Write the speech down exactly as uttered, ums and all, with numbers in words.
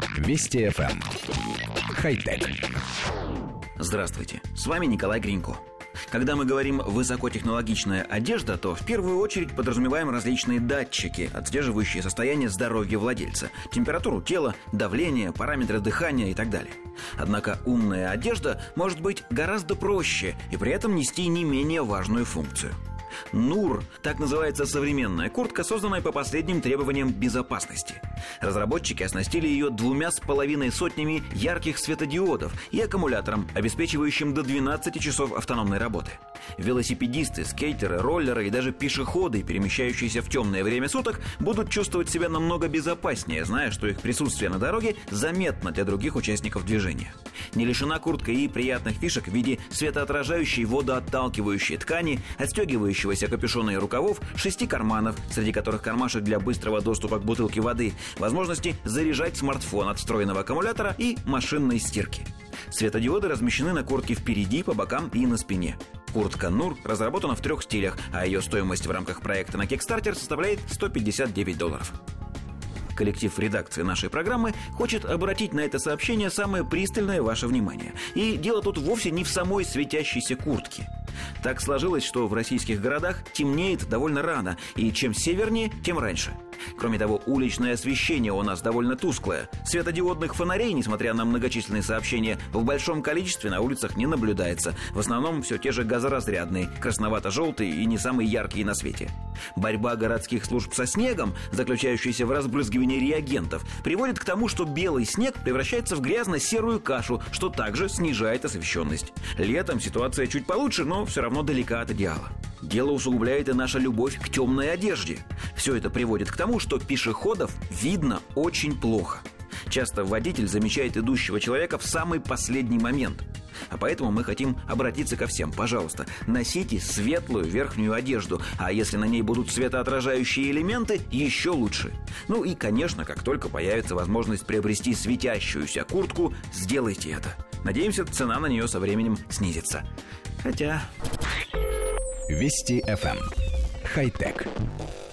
Вести эф эм. Хай-тек. Здравствуйте, с вами Николай Гринько. Когда мы говорим «высокотехнологичная одежда», то в первую очередь подразумеваем различные датчики, отслеживающие состояние здоровья владельца, температуру тела, давление, параметры дыхания и так далее. Однако умная одежда может быть гораздо проще и при этом нести не менее важную функцию. Нур – так называется современная куртка, созданная по последним требованиям безопасности. Разработчики оснастили ее двумя с половиной сотнями ярких светодиодов и аккумулятором, обеспечивающим до двенадцати часов автономной работы. Велосипедисты, скейтеры, роллеры и даже пешеходы, перемещающиеся в темное время суток, будут чувствовать себя намного безопаснее, зная, что их присутствие на дороге заметно для других участников движения. Не лишена куртка и приятных фишек в виде светоотражающей водоотталкивающей ткани, отстегивающегося капюшона и рукавов, шести карманов, среди которых кармашек для быстрого доступа к бутылке воды, возможности заряжать смартфон от встроенного аккумулятора и машинной стирки. Светодиоды размещены на куртке впереди, по бокам и на спине. Куртка Нур разработана в трех стилях, а ее стоимость в рамках проекта на Kickstarter составляет сто пятьдесят девять долларов. Коллектив редакции нашей программы хочет обратить на это сообщение самое пристальное ваше внимание. И дело тут вовсе не в самой светящейся куртке. Так сложилось, что в российских городах темнеет довольно рано, и чем севернее, тем раньше. Кроме того, уличное освещение у нас довольно тусклое. Светодиодных фонарей, несмотря на многочисленные сообщения, в большом количестве на улицах не наблюдается. В основном все те же газоразрядные, красновато-желтые и не самые яркие на свете. Борьба городских служб со снегом, заключающаяся в разбрызгивании реагентов, приводит к тому, что белый снег превращается в грязно-серую кашу, что также снижает освещенность. Летом ситуация чуть получше, но все равно далека от идеала. Дело усугубляет и наша любовь к темной одежде. Все это приводит к тому, что пешеходов видно очень плохо. Часто водитель замечает идущего человека в самый последний момент. А поэтому мы хотим обратиться ко всем. Пожалуйста, носите светлую верхнюю одежду, а если на ней будут светоотражающие элементы, еще лучше. Ну и, конечно, как только появится возможность приобрести светящуюся куртку, сделайте это. Надеемся, цена на нее со временем снизится. Хотя... Вести эф эм. Хай-тек.